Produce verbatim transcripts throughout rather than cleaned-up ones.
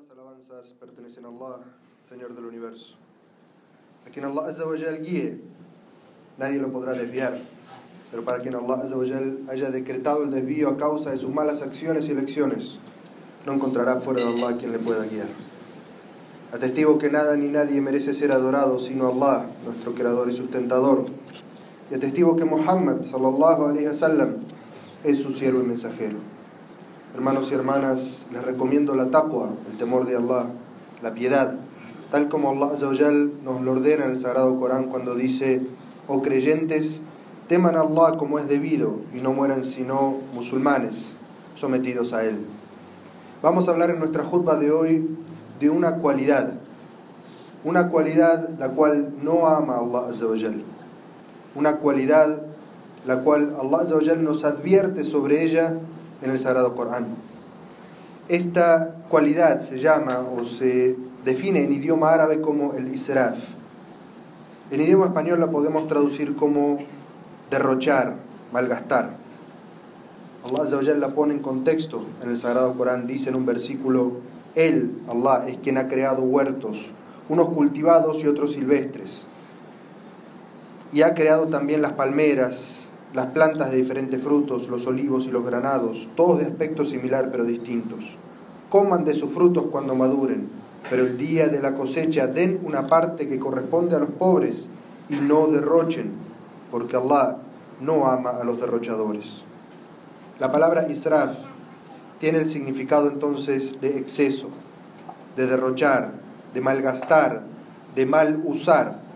las alabanzas pertenecen a Allah, Señor del universo. A quien Allah Azza wa Jal guíe, nadie lo podrá desviar. Pero para quien Allah Azza wa Jal haya decretado el desvío a causa de sus malas acciones y elecciones, no encontrará fuera de Allah quien le pueda guiar. Atestigo que nada ni nadie merece ser adorado sino Allah, nuestro creador y sustentador. Y atestigo que Muhammad sallallahu alaihi wasallam es su siervo y mensajero. Hermanos y hermanas, les recomiendo la taqwa, el temor de Allah, la piedad, tal como Allah Azza wa Jal nos lo ordena en el Sagrado Corán cuando dice: oh creyentes, teman a Allah como es debido y no mueran sino musulmanes, sometidos a Él. Vamos a hablar en nuestra jutba de hoy de una cualidad, una cualidad la cual no ama a Allah Azza wa Jal, una cualidad la cual Allah Azza wa Jal nos advierte sobre ella en el Sagrado Corán. Esta cualidad se llama o se define en idioma árabe como el israf. En idioma español la podemos traducir como derrochar, malgastar. Allah Azza wa Jal la pone en contexto en el Sagrado Corán. Dice en un versículo: Él, Allah, es quien ha creado huertos, unos cultivados y otros silvestres, y ha creado también las palmeras, las plantas de diferentes frutos, los olivos y los granados, todos de aspecto similar pero distintos. Coman de sus frutos cuando maduren, pero el día de la cosecha den una parte que corresponde a los pobres y no derrochen, porque Allah no ama a los derrochadores. La palabra israf tiene el significado entonces de exceso, de derrochar, de malgastar, de mal usar.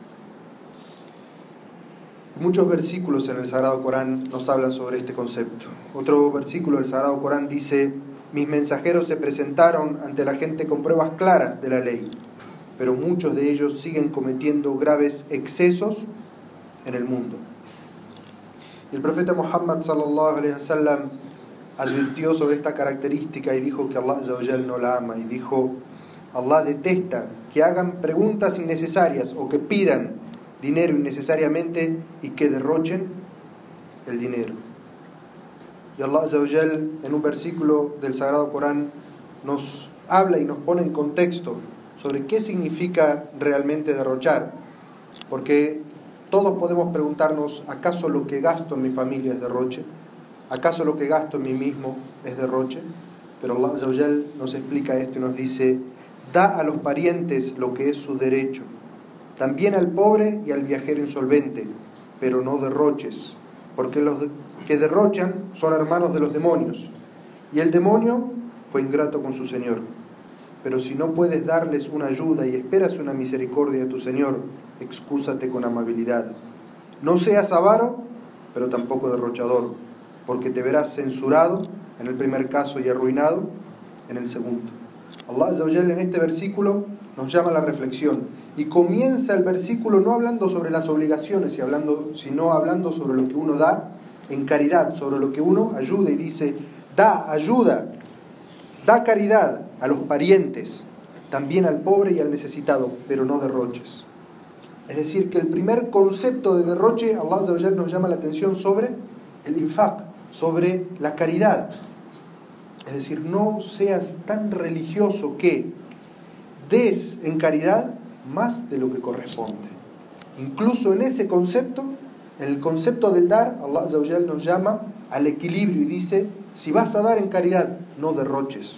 Muchos versículos en el Sagrado Corán nos hablan sobre este concepto. Otro versículo del Sagrado Corán dice: mis mensajeros se presentaron ante la gente con pruebas claras de la ley, pero muchos de ellos siguen cometiendo graves excesos en el mundo. Y el profeta Muhammad sallallahu alaihi wasallam advirtió sobre esta característica y dijo que Allah Azza wa Jal no la ama, y dijo: Allah detesta que hagan preguntas innecesarias o que pidan dinero innecesariamente y que derrochen el dinero. Y Allah Azza wa Jal en un versículo del Sagrado Corán nos habla y nos pone en contexto sobre qué significa realmente derrochar, porque todos podemos preguntarnos: ¿acaso lo que gasto en mi familia es derroche? ¿Acaso lo que gasto en mí mismo es derroche? Pero Allah Azza wa Jal nos explica esto y nos dice: da a los parientes lo que es su derecho, también al pobre y al viajero insolvente, pero no derroches, porque los que derrochan son hermanos de los demonios, y el demonio fue ingrato con su Señor. Pero si no puedes darles una ayuda y esperas una misericordia de tu Señor, excúsate con amabilidad. No seas avaro, pero tampoco derrochador, porque te verás censurado en el primer caso y arruinado en el segundo. Allah Azza wa Jalla en este versículo nos llama a la reflexión y comienza el versículo no hablando sobre las obligaciones, y hablando, sino hablando sobre lo que uno da en caridad, sobre lo que uno ayuda, y dice: da ayuda, da caridad a los parientes, también al pobre y al necesitado, pero no derroches. Es decir, que el primer concepto de derroche, Allah Azza wa Jalla nos llama la atención sobre el infaq, sobre la caridad. Es decir, no seas tan religioso que des en caridad más de lo que corresponde. Incluso en ese concepto, en el concepto del dar, Allah Azza wa Jalla nos llama al equilibrio y dice: si vas a dar en caridad, no derroches.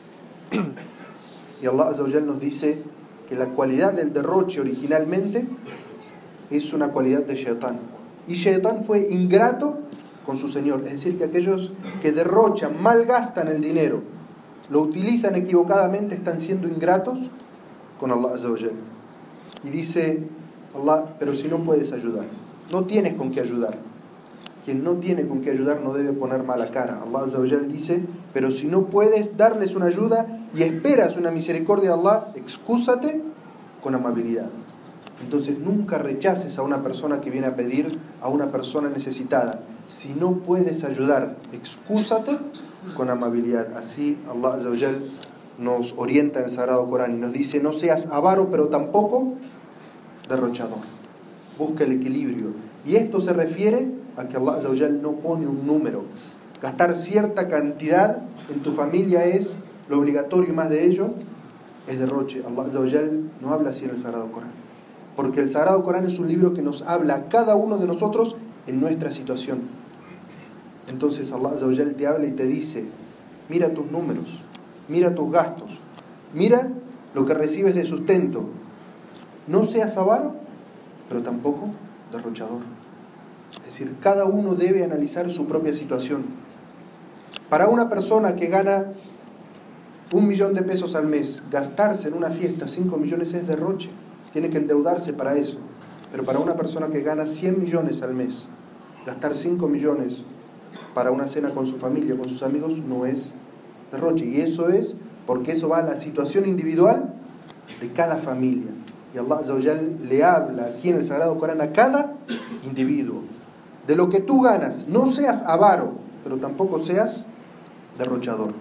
Y Allah Azza wa Jalla nos dice que la cualidad del derroche originalmente es una cualidad de Shaitán. Y Shaitán fue ingrato con su Señor. Es decir, que aquellos que derrochan, malgastan el dinero, lo utilizan equivocadamente, están siendo ingratos con Allah Azza wa Jalla. Y dice Allah: pero si no puedes ayudar, no tienes con qué ayudar. Quien no tiene con qué ayudar no debe poner mala cara. Allah Azza wa Jalla dice: pero si no puedes darles una ayuda y esperas una misericordia de Allah, excúsate con amabilidad. Entonces nunca rechaces a una persona que viene a pedir, a una persona necesitada. Si no puedes ayudar, excúsate con amabilidad. Así Allah Azza wa Jalla nos orienta en el Sagrado Corán y nos dice: no seas avaro, pero tampoco derrochador. Busca el equilibrio. Y esto se refiere a que Allah Azza wa Jalla no pone un número. Gastar cierta cantidad en tu familia es lo obligatorio, y más de ello es derroche. Allah Azza wa Jal no habla así en el Sagrado Corán. Porque el Sagrado Corán es un libro que nos habla a cada uno de nosotros en nuestra situación. Entonces Allah Azza wa Jal te habla y te dice: mira tus números, mira tus gastos, mira lo que recibes de sustento. No seas avaro, pero tampoco derrochador. Es decir, cada uno debe analizar su propia situación. Para una persona que gana un millón de pesos al mes, gastarse en una fiesta cinco millones es derroche. Tiene que endeudarse para eso. Pero para una persona que gana cien millones al mes, gastar cinco millones para una cena con su familia, con sus amigos, no es derroche. Y eso es porque eso va a la situación individual de cada familia. Y Allah Azza wa Jal le habla aquí en el Sagrado Corán a cada individuo. De lo que tú ganas, no seas avaro, pero tampoco seas derrochador.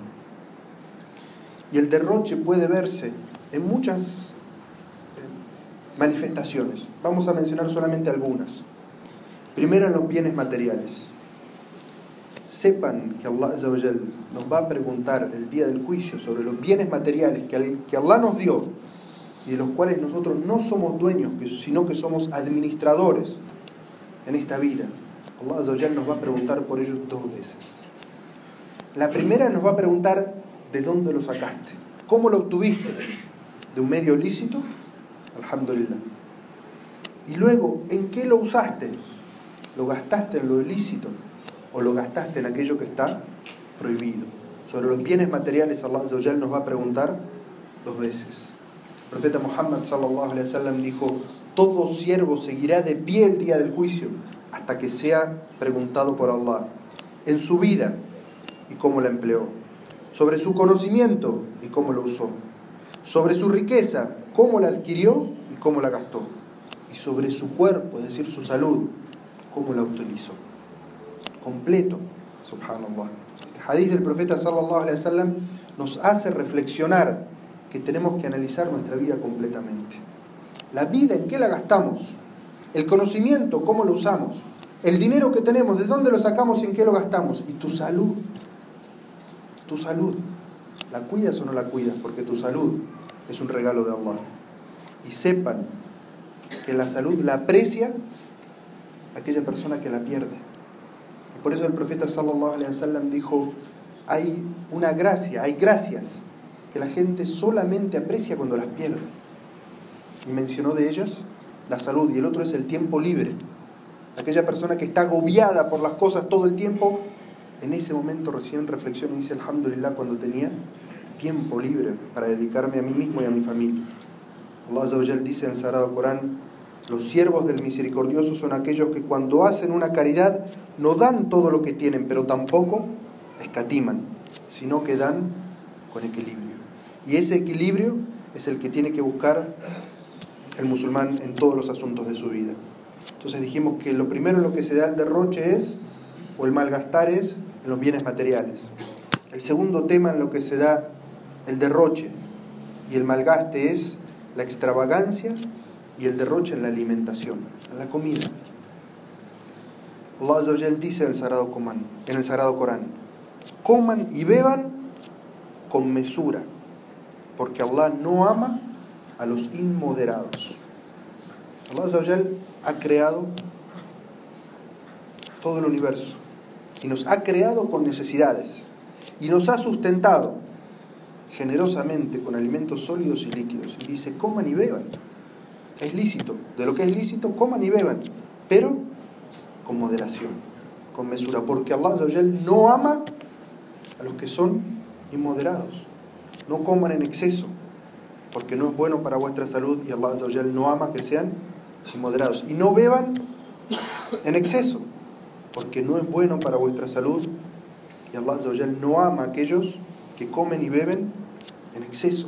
Y el derroche puede verse en muchas manifestaciones. Vamos a mencionar solamente algunas. Primero, en los bienes materiales. Sepan que Allah Azza wa Jal nos va a preguntar el día del juicio sobre los bienes materiales que, que Allah nos dio y de los cuales nosotros no somos dueños, sino que somos administradores en esta vida. Allah Azza wa Jal nos va a preguntar por ellos dos veces. La primera nos va a preguntar de dónde lo sacaste, cómo lo obtuviste, de un medio lícito, alhamdulillah. Y luego, ¿en qué lo usaste? ¿Lo gastaste en lo ilícito o lo gastaste en aquello que está prohibido? Sobre los bienes materiales, Allah Azza wa Jal nos va a preguntar dos veces. El profeta Muhammad sallallahu alaihi wasallam dijo: todo siervo seguirá de pie el día del juicio hasta que sea preguntado por Allah en su vida y cómo la empleó, sobre su conocimiento y cómo lo usó, sobre su riqueza, cómo la adquirió y cómo la gastó, y sobre su cuerpo, es decir, su salud, cómo la utilizó. Completo, subhanallah. Este hadith del profeta sallallahu alaihi wasallam nos hace reflexionar que tenemos que analizar nuestra vida completamente. La vida, ¿en qué la gastamos? El conocimiento, ¿cómo lo usamos? El dinero que tenemos, ¿de dónde lo sacamos y en qué lo gastamos? Y tu salud. Tu salud. ¿La cuidas o no la cuidas? Porque tu salud es un regalo de Allah. Y sepan que la salud la aprecia aquella persona que la pierde. Y por eso el profeta sallallahu alaihi wasallam dijo: hay una gracia, hay gracias que la gente solamente aprecia cuando las pierde. Y mencionó de ellas la salud, y el otro es el tiempo libre. Aquella persona que está agobiada por las cosas todo el tiempo, en ese momento recién reflexiona y dice: alhamdulillah, cuando tenía tiempo libre para dedicarme a mí mismo y a mi familia. Allah Azza wa Jal dice en el Sagrado Corán: los siervos del misericordioso son aquellos que cuando hacen una caridad no dan todo lo que tienen, pero tampoco escatiman, sino que dan con equilibrio. Y ese equilibrio es el que tiene que buscar el musulmán en todos los asuntos de su vida. Entonces dijimos que lo primero en lo que se da el derroche es, o el malgastar es, en los bienes materiales. El segundo tema en lo que se da el derroche y el malgaste es la extravagancia y el derroche en la alimentación, en la comida. Allah Azza wa Jal dice en el Sagrado Corán, en el Sagrado Corán: coman y beban con mesura, porque Allah no ama a los inmoderados. Allah Azza wa Jal ha creado todo el universo y nos ha creado con necesidades y nos ha sustentado generosamente con alimentos sólidos y líquidos. Y dice: coman y beban. Es lícito, de lo que es lícito, coman y beban, pero con moderación, con mesura, porque Allah Azza wa Jal no ama a los que son inmoderados. No coman en exceso, porque no es bueno para vuestra salud, y Allah Azza wa Jal no ama que sean inmoderados. Y no beban en exceso, porque no es bueno para vuestra salud, y Allah Azza wa Jal no ama a aquellos que comen y beben en exceso.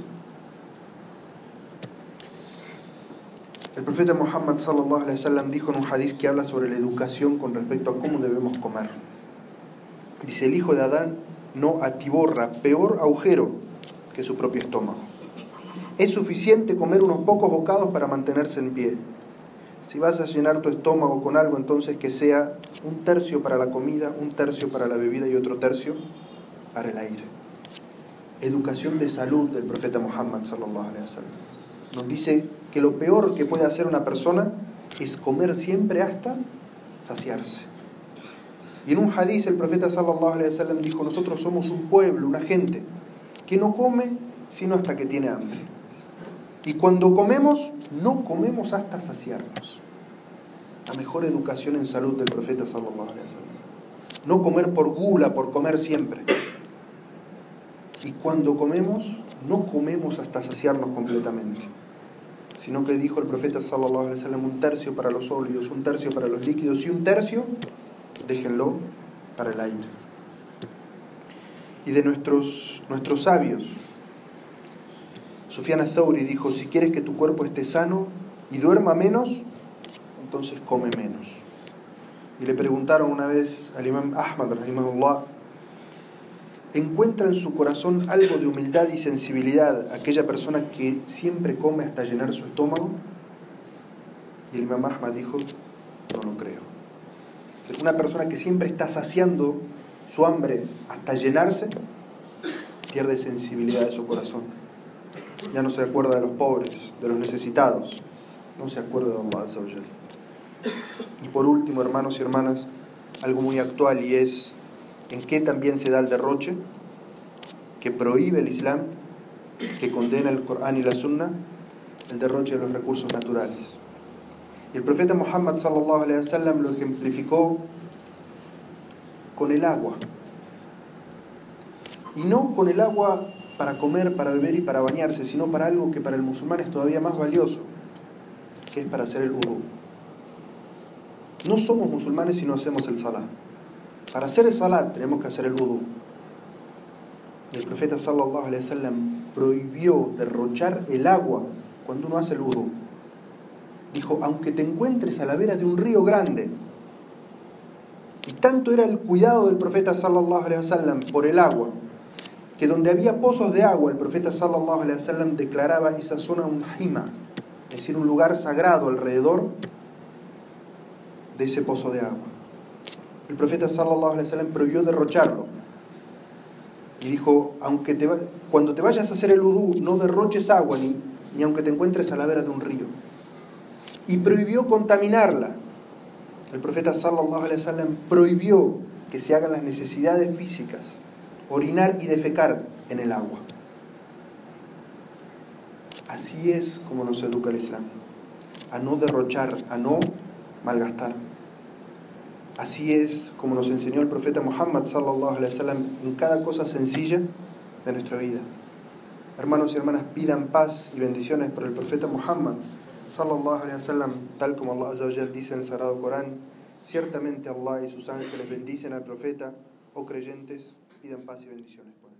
El profeta Muhammad sallallahu alaihi wasallam dijo en un hadith que habla sobre la educación con respecto a cómo debemos comer. Dice: el hijo de Adán no atiborra peor agujero que su propio estómago. Es suficiente comer unos pocos bocados para mantenerse en pie. Si vas a llenar tu estómago con algo, entonces que sea un tercio para la comida, un tercio para la bebida y otro tercio para el aire. educación de salud del profeta Muhammad sallallahu alaihi wasallam. Nos dice que lo peor que puede hacer una persona es comer siempre hasta saciarse. Y en un hadiz el profeta sallallahu alaihi wasallam dijo: nosotros somos un pueblo, una gente que no come sino hasta que tiene hambre. Y cuando comemos, no comemos hasta saciarnos. La mejor educación en salud del profeta sallallahu alaihi wasallam. No comer por gula, por comer siempre. Y cuando comemos, no comemos hasta saciarnos completamente, sino que dijo el profeta sallallahu alaihi wasallam: un tercio para los sólidos, un tercio para los líquidos y un tercio déjenlo para el aire. Y de nuestros, nuestros sabios, Sufyan ath-Thawri dijo: si quieres que tu cuerpo esté sano y duerma menos, entonces come menos. Y le preguntaron una vez al imam Ahmad rahimahullah: ¿encuentra en su corazón algo de humildad y sensibilidad aquella persona que siempre come hasta llenar su estómago? Y el imam Ahmad dijo: no lo creo. Una persona que siempre está saciando su hambre hasta llenarse, pierde sensibilidad de su corazón. Ya no se acuerda de los pobres, de los necesitados. No se acuerda de Allah Azza wa Jalla. Y por último, hermanos y hermanas, algo muy actual, y es en qué también se da el derroche, que prohíbe el Islam, que condena el Corán y la Sunna, el derroche de los recursos naturales. Y el profeta Muhammad sallallahu alaihi wasallam lo ejemplificó con el agua. Y no con el agua para comer, para beber y para bañarse, sino para algo que para el musulmán es todavía más valioso, que es para hacer el wudú. No somos musulmanes si no hacemos el salat. Para hacer el salat tenemos que hacer el wudú. El profeta sallallahu alaihi wasallam prohibió derrochar el agua cuando uno hace el wudú. Dijo: aunque te encuentres a la vera de un río grande. Y tanto era el cuidado del profeta sallallahu alaihi wasallam por el agua, que donde había pozos de agua, el profeta sallallahu alaihi wasallam declaraba esa zona un hima, es decir, un lugar sagrado alrededor de ese pozo de agua. El profeta sallallahu alaihi wasallam prohibió derrocharlo. Y dijo: aunque te va, cuando te vayas a hacer el wudú, no derroches agua, ni, ni aunque te encuentres a la vera de un río. Y prohibió contaminarla. El profeta sallallahu alaihi wasallam prohibió que se hagan las necesidades físicas, orinar y defecar en el agua. Así es como nos educa el Islam, a no derrochar, a no malgastar. Así es como nos enseñó el profeta Muhammad sallallahu alaihi wasallam en cada cosa sencilla de nuestra vida. Hermanos y hermanas, pidan paz y bendiciones por el profeta Muhammad sallallahu alaihi wasallam, tal como Allah Azza wa Jalla dice en el Sagrado Corán: ciertamente Allah y sus ángeles bendicen al profeta, oh creyentes, pidan paz y bendiciones por él.